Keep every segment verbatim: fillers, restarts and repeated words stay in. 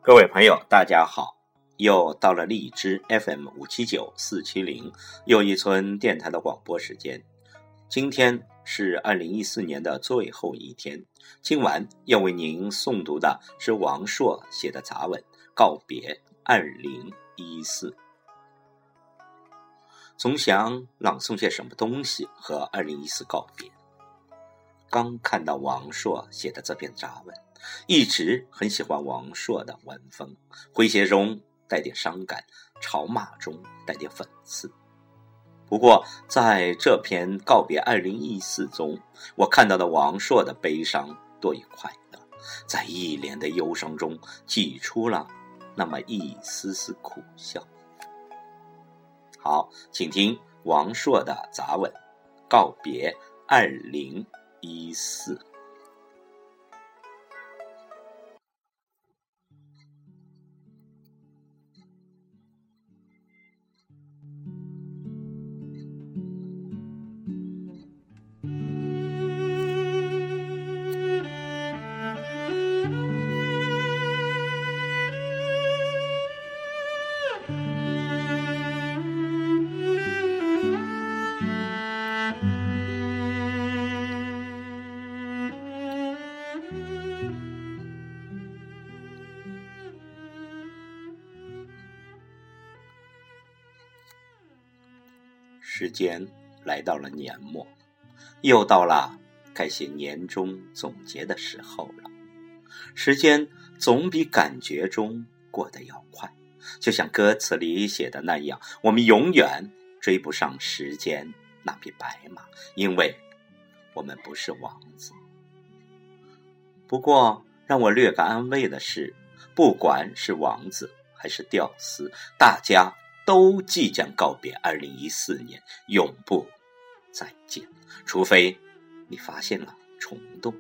各位朋友大家好，又到了荔枝 F M 五七九四七零又一村电台的广播时间。今天是二零一四年的最后一天，今晚要为您诵读的是王朔写的杂文《告别二零一四》。总想朗诵些什么东西和二零一四告别。刚看到王朔写的这篇杂文，一直很喜欢王朔的文风，诙谐中带点伤感，嘲骂中带点讽刺。不过在这篇告别二零一四中，我看到的王朔的悲伤多于快乐，在一脸的忧伤中挤出了那么一丝丝苦笑。好，请听王朔的杂文《告别二零一四》。时间来到了年末，又到了该写年终总结的时候了。时间总比感觉中过得要快，就像歌词里写的那样，我们永远追不上时间那匹白马，因为我们不是王子。不过让我略感安慰的是，不管是王子还是屌丝，大家都即将告别二零一四年，永不再见，除非你发现了虫洞。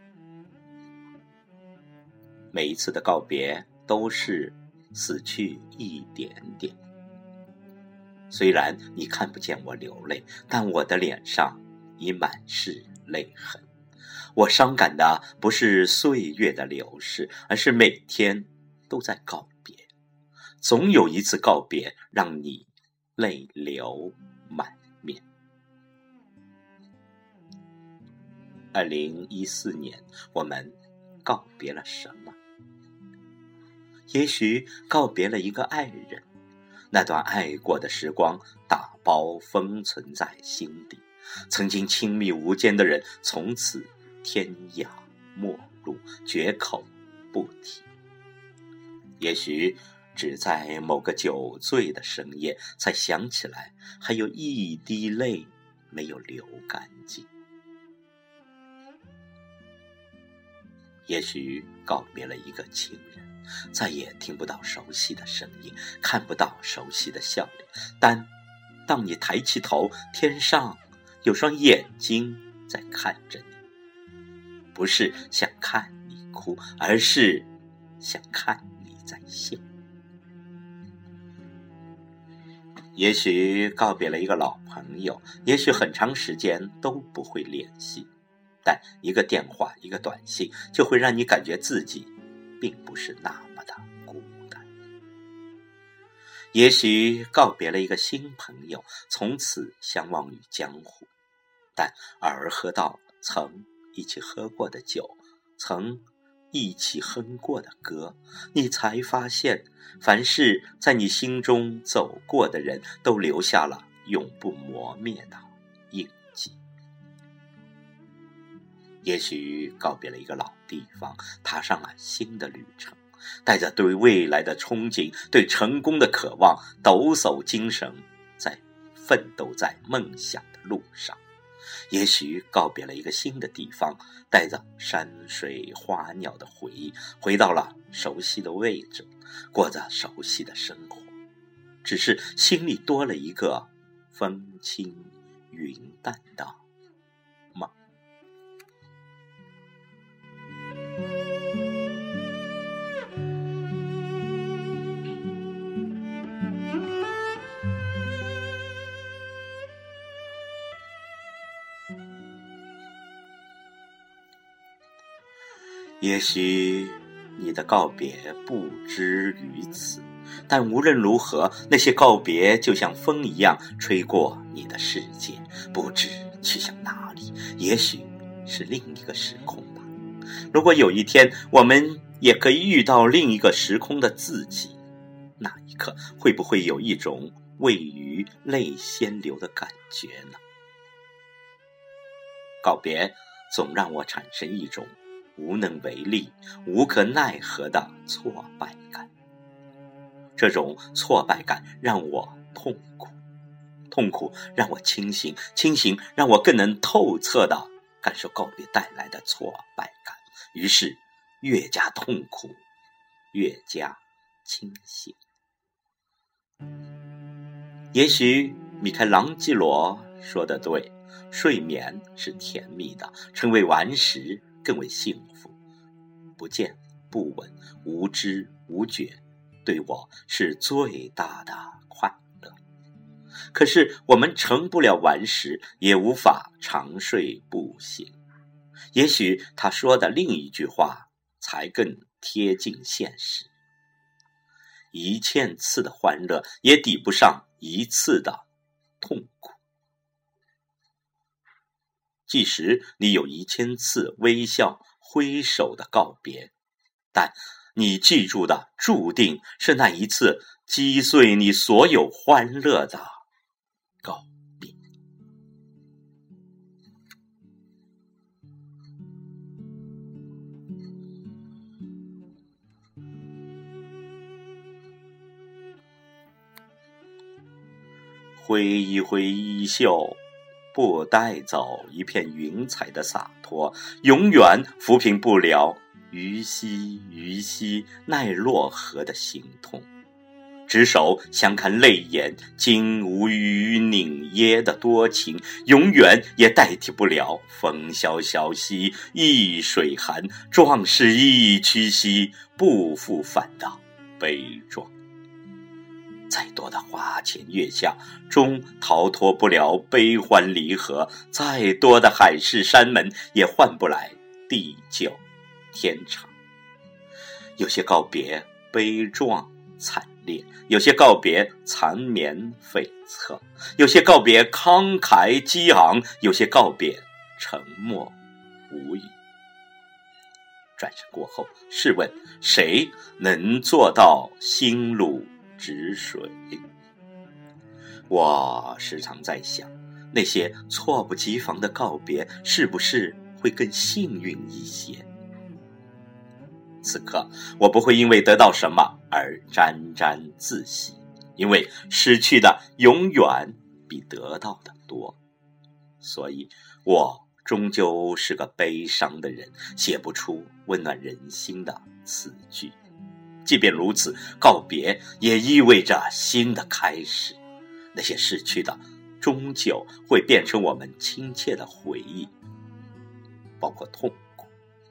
每一次的告别都是死去一点点，虽然你看不见我流泪，但我的脸上已满是泪痕。我伤感的不是岁月的流逝，而是每天都在告别。总有一次告别让你泪流满面。二零一四年，我们告别了什么？也许告别了一个爱人，那段爱过的时光打包封存在心底，曾经亲密无间的人，从此天涯陌路，绝口不提。也许只在某个酒醉的深夜，才想起来还有一滴泪没有流干净。也许告别了一个情人，再也听不到熟悉的声音，看不到熟悉的笑脸，但当你抬起头，天上有双眼睛在看着你，不是想看你哭，而是想看你在笑。也许告别了一个老朋友，也许很长时间都不会联系，但一个电话，一个短信，就会让你感觉自己并不是那么的孤单。也许告别了一个新朋友，从此相忘于江湖，但偶尔喝到曾一起喝过的酒，曾一起哼过的歌，你才发现，凡是在你心中走过的人，都留下了永不磨灭的印记。也许告别了一个老地方，踏上了新的旅程，带着对未来的憧憬，对成功的渴望，抖擞精神，在奋斗在梦想的路上。也许告别了一个新的地方，带着山水花鸟的回忆，回到了熟悉的位置，过着熟悉的生活，只是心里多了一个风轻云淡的梦。也许你的告别不知于此，但无论如何，那些告别就像风一样吹过你的世界，不知去向哪里，也许是另一个时空吧。如果有一天我们也可以遇到另一个时空的自己，那一刻会不会有一种位于泪先流的感觉呢？告别总让我产生一种无能为力、无可奈何的挫败感。这种挫败感让我痛苦，痛苦让我清醒，清醒让我更能透彻地感受告别带来的挫败感。于是越加痛苦，越加清醒。也许米开朗基罗说得对，睡眠是甜蜜的，成为顽石更为幸福。不见不闻，无知无觉，对我是最大的快乐。可是我们成不了顽石，也无法长睡不醒。也许他说的另一句话才更贴近现实，一千次的欢乐也抵不上一次的痛苦。即使你有一千次微笑挥手的告别，但你记住的注定是那一次击碎你所有欢乐的告别。挥一挥衣袖，不带走一片云彩的洒脱，永远抚平不了于兮于兮奈落河的心痛。执手相看泪眼，竟无语凝噎的多情，永远也代替不了风萧萧兮易水寒，壮士一屈兮不复返的悲壮。再多的花前月下，终逃脱不了悲欢离合；再多的海誓山盟，也换不来地久天长。有些告别悲壮惨烈，有些告别缠绵悱恻，有些告别慷慨激昂，有些告别沉默无语。转身过后，试问谁能做到心如止水？我时常在想，那些猝不及防的告别是不是会更幸运一些？此刻我不会因为得到什么而沾沾自喜，因为失去的永远比得到的多。所以我终究是个悲伤的人，写不出温暖人心的词句。即便如此，告别也意味着新的开始。那些逝去的终究会变成我们亲切的回忆，包括痛苦。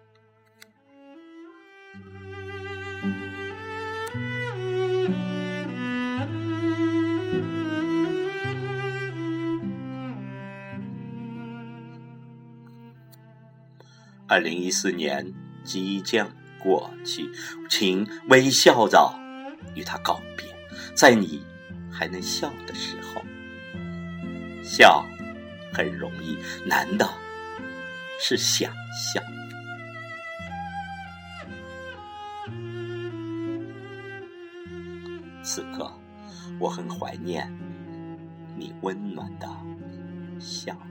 二零一四年即将过去，请微笑着与他告别，在你还能笑的时候。笑很容易，难的是想笑。此刻我很怀念你温暖的笑。